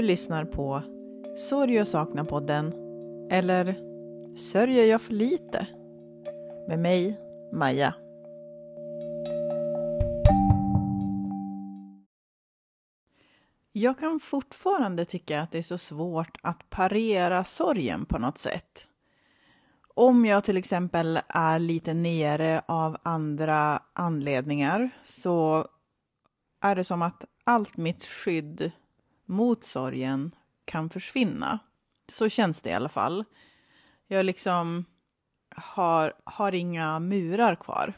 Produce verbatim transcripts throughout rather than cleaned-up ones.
Du lyssnar på Sorg och sakna-podden, eller Sörjer jag för lite? Med mig, Maja. Jag kan fortfarande tycka att det är så svårt att parera sorgen på något sätt. Om jag till exempel är lite nere av andra anledningar så är det som att allt mitt skydd mot sorgen kan försvinna. Så känns det i alla fall. Jag liksom har, har inga murar kvar.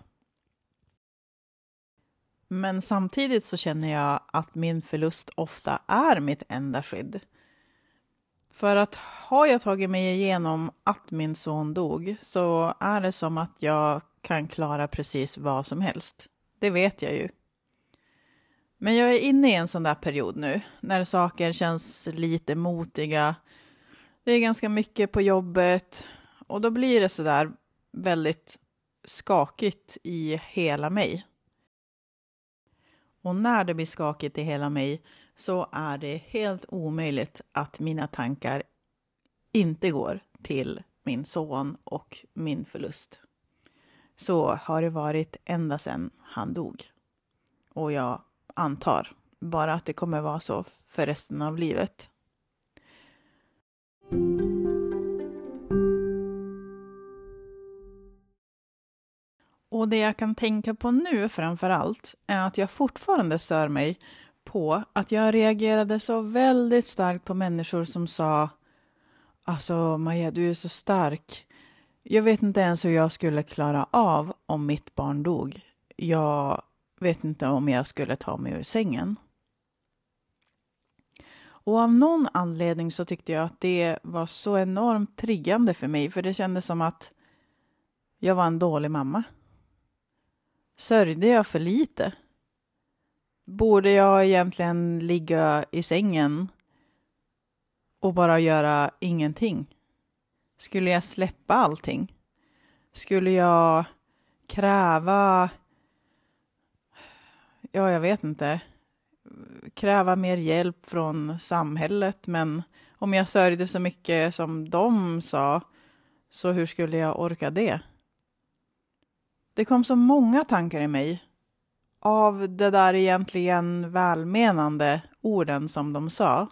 Men samtidigt så känner jag att min förlust ofta är mitt enda skydd. För att har jag tagit mig igenom att min son dog så är det som att jag kan klara precis vad som helst. Det vet jag ju. Men jag är inne i en sån där period nu när saker känns lite motiga. Det är ganska mycket på jobbet och då blir det så där väldigt skakigt i hela mig. Och när det blir skakigt i hela mig så är det helt omöjligt att mina tankar inte går till min son och min förlust. Så har det varit ända sedan han dog. Och jag antar bara att det kommer vara så för resten av livet. Och det jag kan tänka på nu framför allt är att jag fortfarande stör mig på att jag reagerade så väldigt starkt på människor som sa: alltså Maja, du är så stark. Jag vet inte ens hur jag skulle klara av om mitt barn dog. Jag vet inte om jag skulle ta mig ur sängen. Och av någon anledning så tyckte jag att det var så enormt triggande för mig. För det kändes som att jag var en dålig mamma. Sörjde jag för lite? Borde jag egentligen ligga i sängen och bara göra ingenting? Skulle jag släppa allting? Skulle jag kräva, ja jag vet inte, kräva mer hjälp från samhället? Men om jag sörjde så mycket som de sa, så hur skulle jag orka det? Det kom så många tankar i mig av det där egentligen välmenande orden som de sa.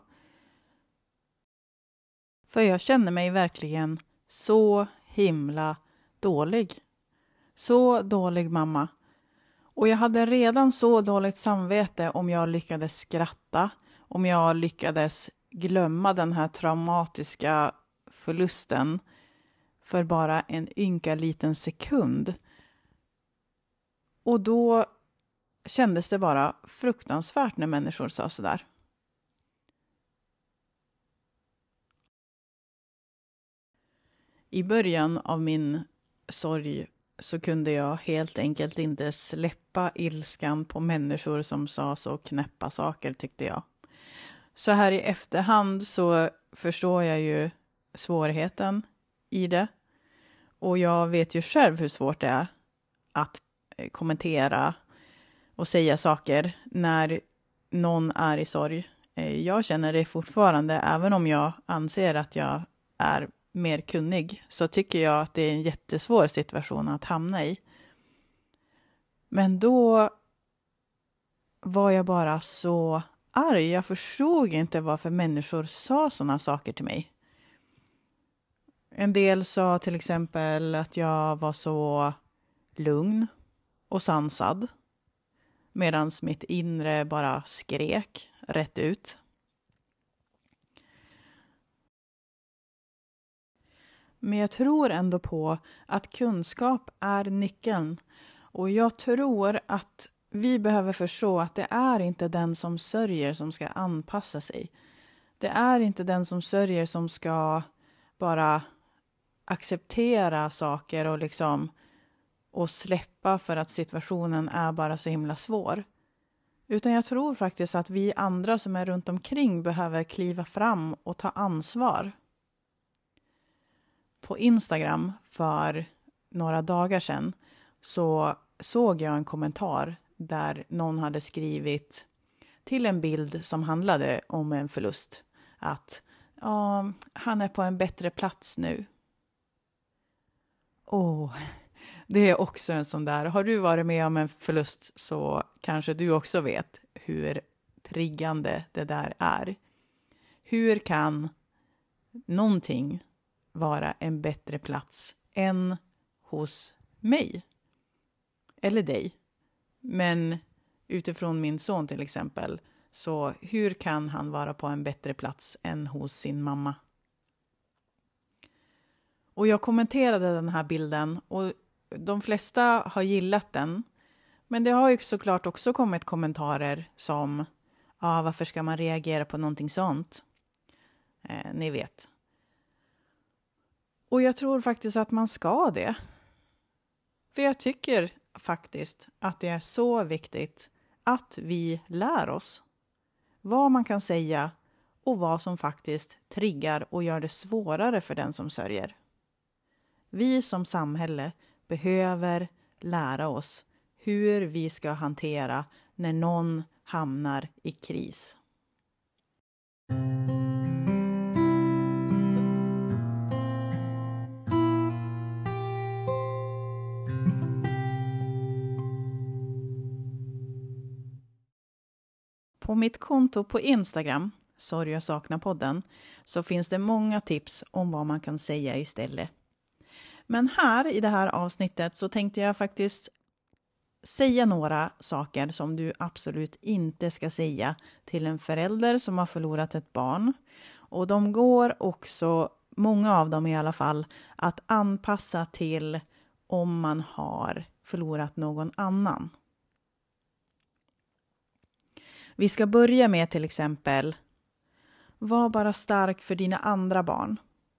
För jag kände mig verkligen så himla dålig. Så dålig mamma. Och jag hade redan så dåligt samvete om jag lyckades skratta. Om jag lyckades glömma den här traumatiska förlusten för bara en ynka liten sekund. Och då kändes det bara fruktansvärt när människor sa sådär. I början av min sorg så kunde jag helt enkelt inte släppa ilskan på människor som sa så knäppa saker, tyckte jag. Så här i efterhand så förstår jag ju svårigheten i det. Och jag vet ju själv hur svårt det är att kommentera och säga saker när någon är i sorg. Jag känner det fortfarande, även om jag anser att jag är mer kunnig, så tycker jag att det är en jättesvår situation att hamna i. Men då var jag bara så arg. Jag förstod inte varför människor sa sådana saker till mig. En del sa till exempel att jag var så lugn och sansad, medan mitt inre bara skrek rätt ut. Men jag tror ändå på att kunskap är nyckeln. Och jag tror att vi behöver förstå att det är inte den som sörjer som ska anpassa sig. Det är inte den som sörjer som ska bara acceptera saker och liksom och släppa för att situationen är bara så himla svår. Utan jag tror faktiskt att vi andra som är runt omkring behöver kliva fram och ta ansvar. På Instagram för några dagar sedan så såg jag en kommentar där någon hade skrivit till en bild som handlade om en förlust. att ja, han är på en bättre plats nu. Åh, det är också en sån där. Har du varit med om en förlust så kanske du också vet hur triggande det där är. Hur kan någonting vara en bättre plats än hos mig? Eller dig. Men utifrån min son till exempel, så hur kan han vara på en bättre plats än hos sin mamma? Och jag kommenterade den här bilden och de flesta har gillat den. Men det har ju såklart också kommit kommentarer som ja, varför ska man reagera på någonting sånt? Eh, ni vet. Och jag tror faktiskt att man ska det. För jag tycker faktiskt att det är så viktigt att vi lär oss vad man kan säga och vad som faktiskt triggar och gör det svårare för den som sörjer. Vi som samhälle behöver lära oss hur vi ska hantera när någon hamnar i kris. På mitt konto på Instagram, Sorg och sakna-podden, så finns det många tips om vad man kan säga istället. Men här i det här avsnittet så tänkte jag faktiskt säga några saker som du absolut inte ska säga till en förälder som har förlorat ett barn. Och de går också, många av dem i alla fall, att anpassa till om man har förlorat någon annan. Vi ska börja med till exempel, var bara stark för dina andra barn.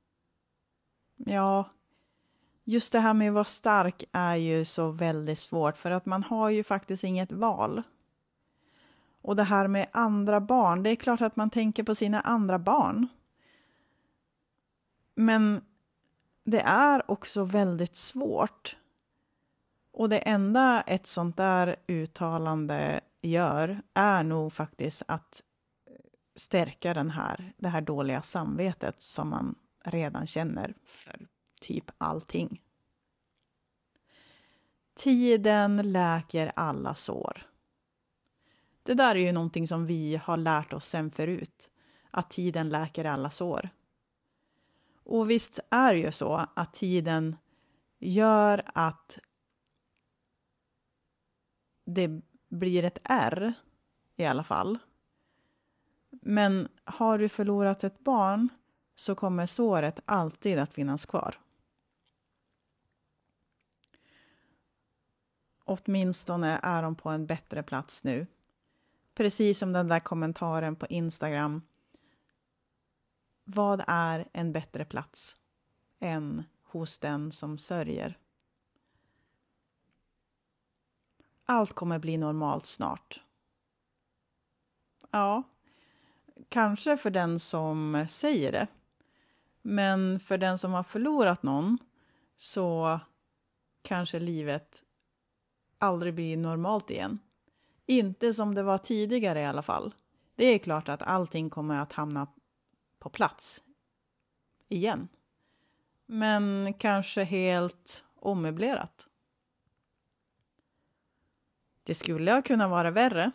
Ja, just det här med att vara stark är ju så väldigt svårt för att man har ju faktiskt inget val. Och det här med andra barn, det är klart att man tänker på sina andra barn. Men det är också väldigt svårt. Och det enda ett sånt där uttalande gör är nog faktiskt att stärka den här, det här dåliga samvetet som man redan känner för typ allting. Tiden läker alla sår. Det där är ju någonting som vi har lärt oss sen förut. Att tiden läker alla sår. Och visst är det ju så att tiden gör att det blir ett R i alla fall. Men har du förlorat ett barn så kommer såret alltid att finnas kvar. Åtminstone är de på en bättre plats nu. Precis som den där kommentaren på Instagram. Vad är en bättre plats än hos den som sörjer? Allt kommer bli normalt snart. Ja, kanske för den som säger det. Men för den som har förlorat någon så kanske livet aldrig blir normalt igen. Inte som det var tidigare i alla fall. Det är klart att allting kommer att hamna på plats igen. Men kanske helt ommöblerat. Det skulle ha kunnat vara värre.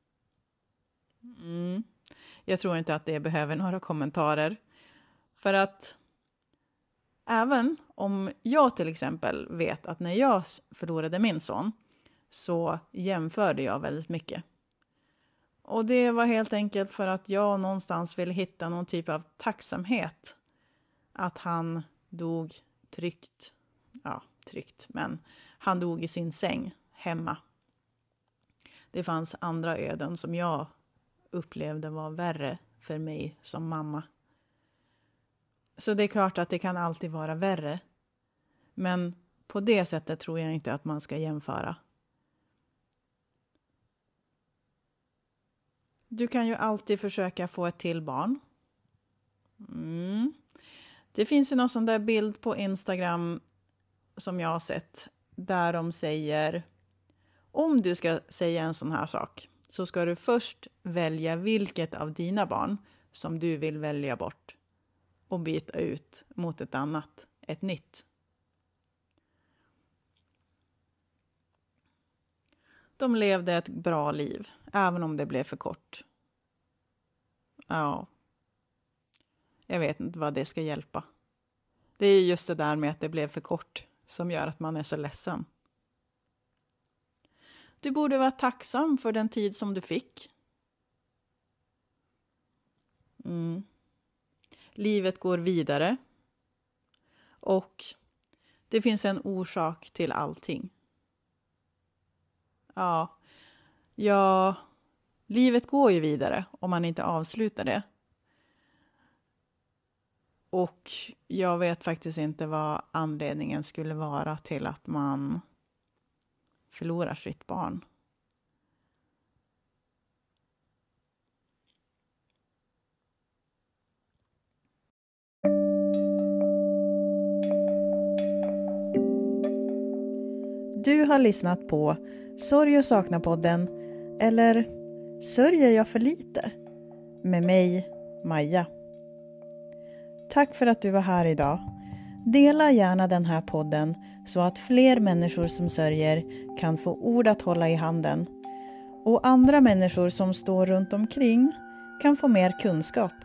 Mm. Jag tror inte att det behöver några kommentarer. För att även om jag till exempel vet att när jag förlorade min son så jämförde jag väldigt mycket. Och det var helt enkelt för att jag någonstans ville hitta någon typ av tacksamhet. Att han dog tryggt. Ja, tryggt. Men han dog i sin säng hemma. Det fanns andra öden som jag upplevde var värre för mig som mamma. Så det är klart att det kan alltid vara värre. Men på det sättet tror jag inte att man ska jämföra. Du kan ju alltid försöka få ett till barn. Mm. Det finns ju någon sån där bild på Instagram som jag har sett. Där de säger, om du ska säga en sån här sak så ska du först välja vilket av dina barn som du vill välja bort och byta ut mot ett annat, ett nytt. De levde ett bra liv, även om det blev för kort. Ja, jag vet inte vad det ska hjälpa. Det är just det där med att det blev för kort som gör att man är så ledsen. Du borde vara tacksam för den tid som du fick. Mm. Livet går vidare. Och det finns en orsak till allting. Ja, ja, livet går ju vidare om man inte avslutar det. Och jag vet faktiskt inte vad anledningen skulle vara till att man förlorar sitt barn. Du har lyssnat på Sorg och sakna-podden, eller Sörjer jag för lite? Med mig, Maja. Tack för att du var här idag. Dela gärna den här podden så att fler människor som sörjer kan få ord att hålla i handen. Och andra människor som står runt omkring kan få mer kunskap.